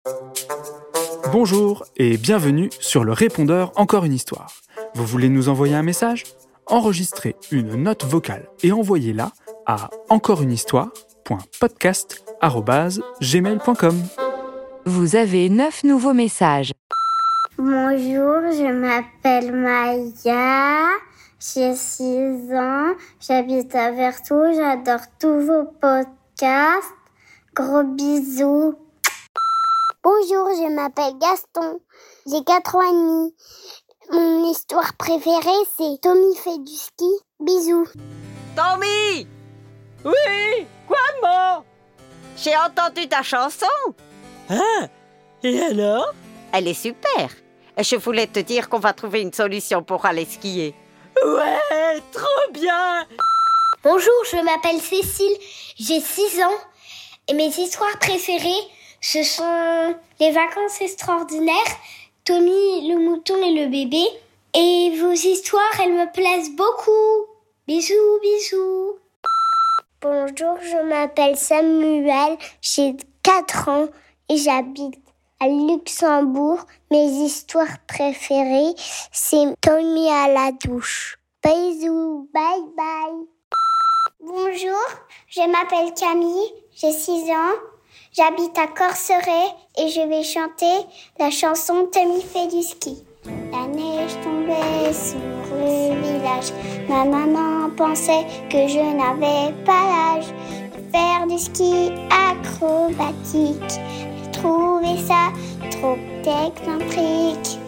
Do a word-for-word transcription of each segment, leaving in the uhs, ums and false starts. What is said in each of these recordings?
Bonjour et bienvenue sur le répondeur Encore une histoire. Vous voulez nous envoyer un message ? Enregistrez une note vocale et envoyez-la à encoreunehistoire point podcast arobase gmail point com. Vous avez neuf nouveaux messages. Bonjour, je m'appelle Maya, j'ai six ans, j'habite à Vertou, j'adore tous vos podcasts. Gros bisous. Bonjour, je m'appelle Gaston, j'ai quatre ans et demi. Mon histoire préférée, c'est Tommy fait du ski. Bisous. Tommy! Oui? Quoi, maman? J'ai entendu ta chanson. Ah! Et alors? Elle est super. Je voulais te dire qu'on va trouver une solution pour aller skier. Ouais, trop bien! Bonjour, je m'appelle Cécile, j'ai six ans. Et mes histoires préférées, ce sont les vacances extraordinaires, Tommy, le mouton et le bébé. Et vos histoires, elles me plaisent beaucoup. Bisous, bisous. Bonjour, je m'appelle Samuel, j'ai quatre ans et j'habite à Luxembourg. Mes histoires préférées, c'est Tommy à la douche. Bisous, bye bye. Bonjour, je m'appelle Camille, j'ai six ans. J'habite à Corceret et je vais chanter la chanson Tommy fait du ski. La neige tombait sur le village. Ma maman pensait que je n'avais pas l'âge de faire du ski acrobatique. Elle trouvait ça trop excentrique.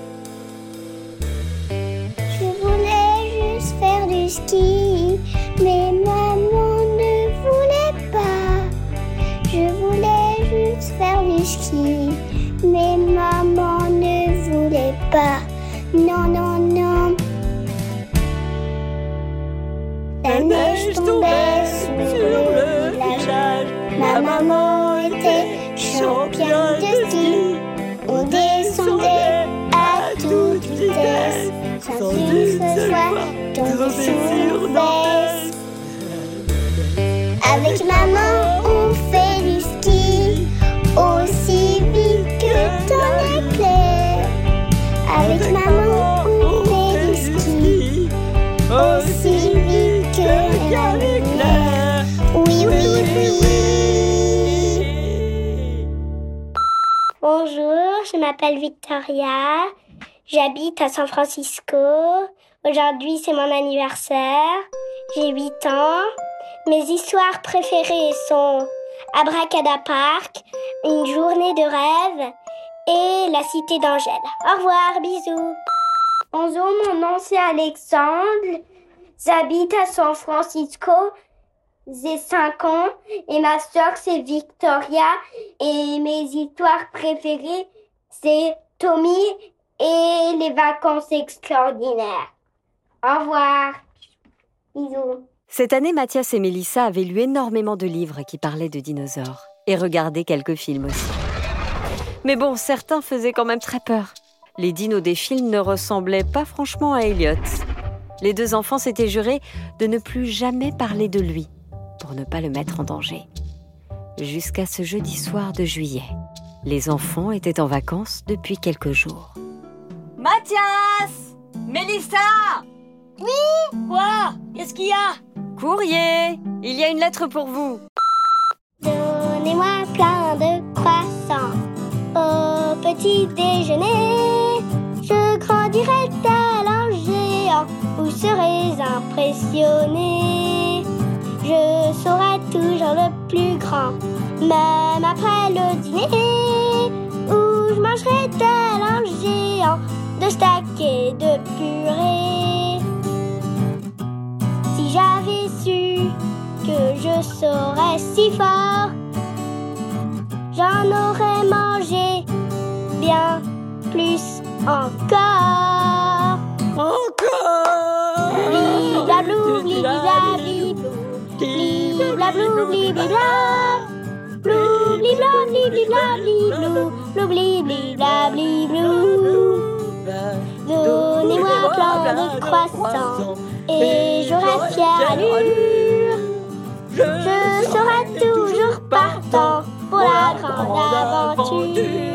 Je voulais juste faire du ski, mais maman ne voulait pas. Je voulais juste faire du ski, mais maman ne voulait pas. Non, non, non. La neige tombait sur le village. Ma maman était championne de ski. On descendait à toute vitesse, sans une seule fois tomber sur baisse. Avec maman, on fait du ski aussi vite que ton éclair. Avec maman, on fait du ski aussi vite que la lumière. Oui, oui, oui. Bonjour, je m'appelle Victoria. J'habite à San Francisco. Aujourd'hui, c'est mon anniversaire. J'ai huit ans. Mes histoires préférées sont Abracadapark, Une journée de rêve et La cité d'Angèle. Au revoir, bisous. Bonjour, mon nom c'est Alexandre. J'habite à San Francisco. J'ai cinq ans et ma soeur c'est Victoria. Et mes histoires préférées, c'est Tommy et les vacances extraordinaires. Au revoir. Bisous. Cette année, Mathias et Mélissa avaient lu énormément de livres qui parlaient de dinosaures et regardé quelques films aussi. Mais bon, certains faisaient quand même très peur. Les dinos des films ne ressemblaient pas franchement à Elliot. Les deux enfants s'étaient jurés de ne plus jamais parler de lui pour ne pas le mettre en danger. Jusqu'à ce jeudi soir de juillet. Les enfants étaient en vacances depuis quelques jours. Mathias! Mélissa! Oui? Quoi? Qu'est-ce qu'il y a? Courrier! Il y a une lettre pour vous. Donnez-moi plein de croissants au petit déjeuner. Je grandirai tel un géant, vous serez impressionnés. Je serai toujours le plus grand, même après le dîner, où je mangerai tel un géant de steak et de purée. Si j'avais su que je serais si fort, j'en aurais mangé bien plus encore. Encore! Bliblablou, bliblabliblou, bliblablou, blibla, blou, blibla, bliblabliblou, blou, bliblabliblou. Donnez-moi plein de croissants et j'aurai fière allure. Je serai toujours partant pour la grande aventure.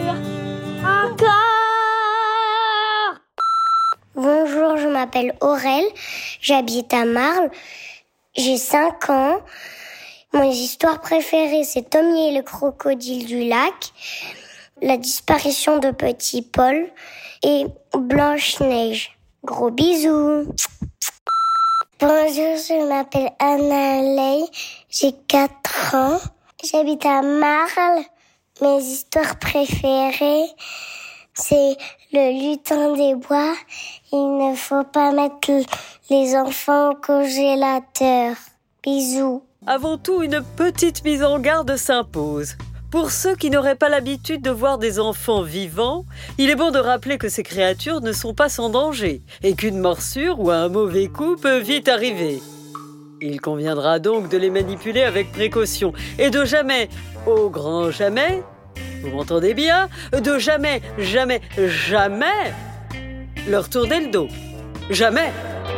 m'appelle Aurel, j'habite à Marle, j'ai cinq ans. Mon histoire préférée, c'est Tommy et le crocodile du lac, la disparition de Petit Paul et Blanche-Neige. Gros bisous. Bonjour, je m'appelle Anna Ley, j'ai quatre ans, j'habite à Marle. Mes histoires préférées, c'est le lutin des bois. Il ne faut pas mettre les enfants au congélateur. Bisous. Avant tout, une petite mise en garde s'impose. Pour ceux qui n'auraient pas l'habitude de voir des enfants vivants, il est bon de rappeler que ces créatures ne sont pas sans danger et qu'une morsure ou un mauvais coup peut vite arriver. Il conviendra donc de les manipuler avec précaution et de jamais, au grand jamais, vous m'entendez bien, de jamais, jamais, jamais leur tourner le dos. Jamais.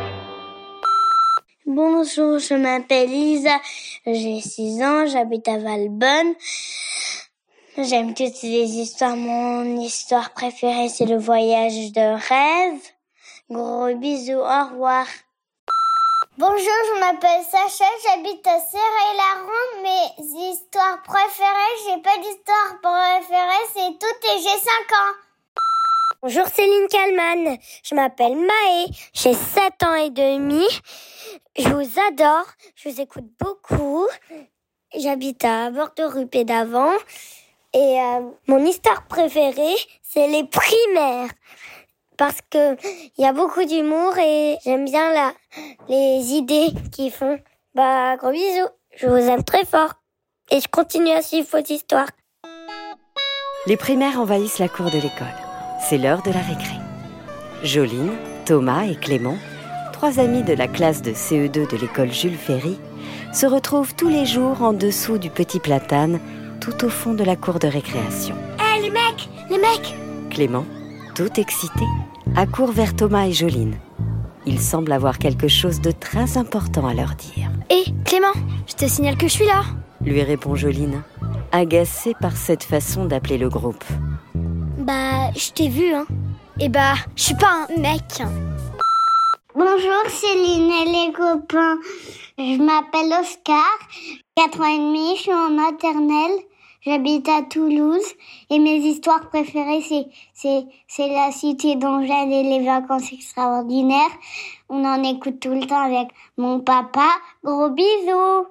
Bonjour, je m'appelle Lisa, j'ai six ans, j'habite à Valbonne. J'aime toutes les histoires. Mon histoire préférée, c'est le voyage de rêve. Gros bisous, au revoir. Bonjour, je m'appelle Sacha, j'habite à Serre-et-Laron. Mes histoires préférées, j'ai pas d'histoire préférée, c'est toutes et j'ai cinq ans. Bonjour Céline Kallmann, je m'appelle Maë, j'ai sept ans et demi. Je vous adore, je vous écoute beaucoup. J'habite à Bordeaux-rue d'Avant. Et euh, mon histoire préférée, c'est les primaires. Parce que il y a beaucoup d'humour et j'aime bien la, les idées qu'ils font. Bah, gros bisous. Je vous aime très fort. Et je continue à suivre vos histoires. Les primaires envahissent la cour de l'école. C'est l'heure de la récré. Joline, Thomas et Clément, trois amis de la classe de C E deux de l'école Jules Ferry, se retrouvent tous les jours en dessous du petit platane, tout au fond de la cour de récréation. Hé, hey, les mecs, les mecs! Clément, tout excité, accourt vers Thomas et Joline. Il semble avoir quelque chose de très important à leur dire. Hé, hey, Clément, je te signale que je suis là, lui répond Joline, agacée par cette façon d'appeler le groupe. Bah, je t'ai vu, hein. Et bah, je suis pas un mec. Bonjour Céline et les copains, je m'appelle Oscar, quatre ans et demi, je suis en maternelle, j'habite à Toulouse et mes histoires préférées c'est, c'est, c'est la cité d'Angèle et les vacances extraordinaires. On en écoute tout le temps avec mon papa, gros bisous.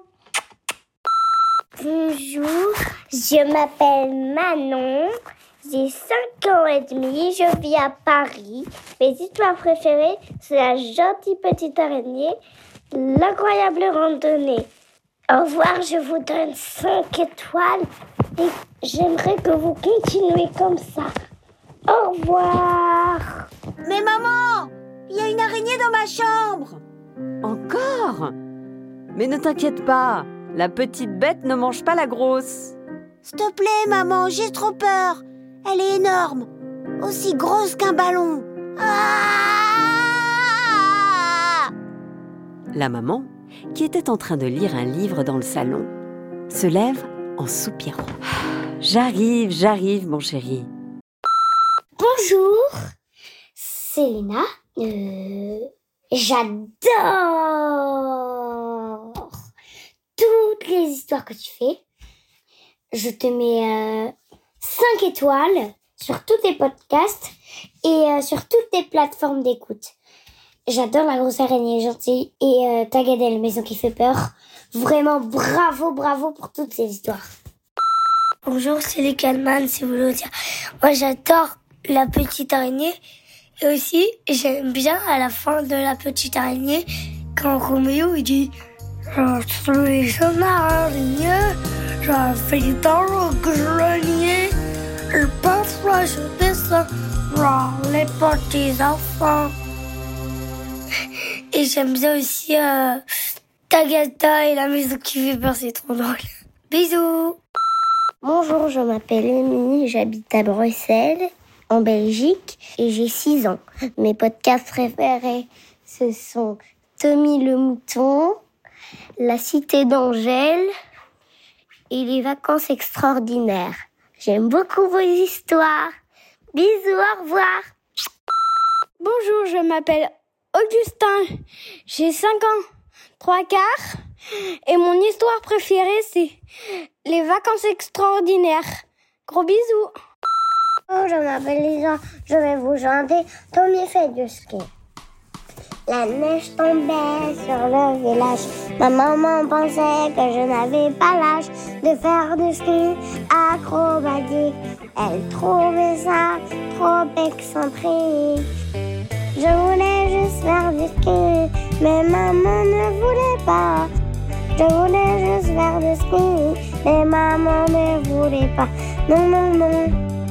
Bonjour, je m'appelle Manon. J'ai cinq ans et demi, je vis à Paris. Mes histoires préférées, c'est la gentille petite araignée, l'incroyable randonnée. Au revoir, je vous donne cinq étoiles et j'aimerais que vous continuiez comme ça. Au revoir. Mais maman, il y a une araignée dans ma chambre. Encore ? Mais ne t'inquiète pas, la petite bête ne mange pas la grosse. S'il te plaît, maman, j'ai trop peur. Elle est énorme, aussi grosse qu'un ballon. Ah! La maman, qui était en train de lire un livre dans le salon, se lève en soupirant. « J'arrive, j'arrive, mon chéri. » Bonjour, c'est Léna. Euh, j'adore toutes les histoires que tu fais. Je te mets... Euh, cinq étoiles sur tous tes podcasts et euh, sur toutes tes plateformes d'écoute. J'adore la grosse araignée gentille et euh, Tagada la maison qui fait peur. Vraiment bravo, bravo pour toutes ces histoires. Bonjour, c'est les Kallmann, si vous voulez dire. Moi, j'adore la petite araignée et aussi, j'aime bien à la fin de la petite araignée quand Roméo il dit « Je suis une araignée ». Je fais dans le grenier, et parfois je descends voir les petits enfants. Et j'aime bien aussi euh, Tagada et la maison qui fait peur, c'est trop drôle. Bisous. Bonjour, je m'appelle Émilie, j'habite à Bruxelles, en Belgique, et j'ai six ans. Mes podcasts préférés, ce sont Tommy le mouton, La cité d'Angèle, et les vacances extraordinaires. J'aime beaucoup vos histoires. Bisous, au revoir. Bonjour, je m'appelle Augustin, j'ai cinq ans, trois quarts. Et mon histoire préférée, c'est les vacances extraordinaires. Gros bisous. Oh, je m'appelle Lisa, je vais vous chanter Tommy fait du ski. La neige tombait sur le village. Ma maman pensait que je n'avais pas l'âge de faire du ski acrobatique. Elle trouvait ça trop excentrique. Je voulais juste faire du ski, mais maman ne voulait pas. Je voulais juste faire du ski, mais maman ne voulait pas. Non, non, non.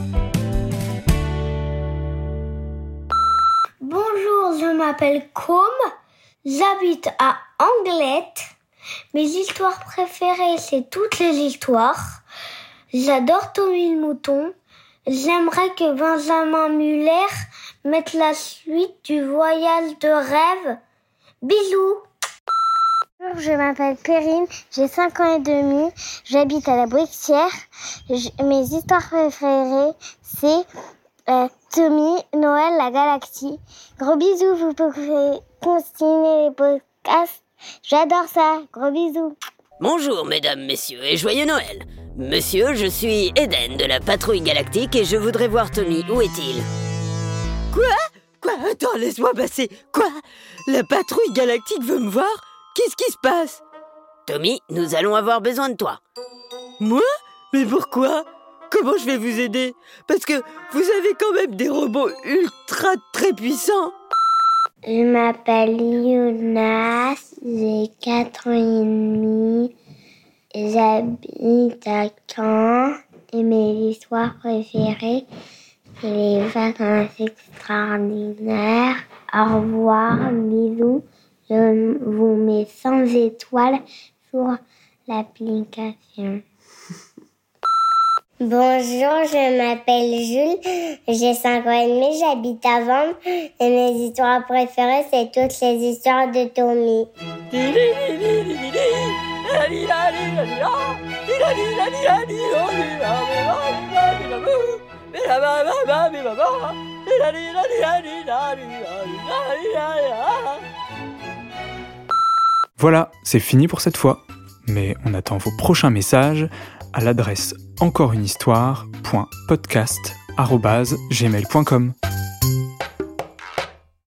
Bonjour, je m'appelle Com, j'habite à Anglette. Mes histoires préférées, c'est toutes les histoires. J'adore Tommy le mouton. J'aimerais que Benjamin Muller mette la suite du voyage de rêve. Bisous. Bonjour, je m'appelle Perrine, j'ai cinq ans et demi, j'habite à la Brixtière. Mes histoires préférées, c'est euh, Tommy, Noël, la galaxie. Gros bisous, vous pouvez continuer les podcasts. J'adore ça, gros bisous. Bonjour mesdames, messieurs et joyeux Noël. Monsieur, je suis Eden de la patrouille galactique et je voudrais voir Tommy. Où est-il? Quoi? Quoi? Attends, laisse-moi passer. Quoi? La patrouille galactique veut me voir? Qu'est-ce qui se passe? Tommy, nous allons avoir besoin de toi. Moi? Mais pourquoi? Comment je vais vous aider? Parce que vous avez quand même des robots ultra très puissants. Je m'appelle Jonas, j'ai quatre ans et demi, j'habite à Caen et mes histoires préférées, c'est les vacances extraordinaires. Au revoir, bisous. Je vous mets cent étoiles sur l'application. Bonjour, je m'appelle Jules, j'ai cinq ans et demi, j'habite à Vannes et mes histoires préférées, c'est toutes les histoires de Tommy. Voilà, c'est fini pour cette fois. Mais on attend vos prochains messages à l'adresse encoreunehistoire point podcast arobase gmail point com.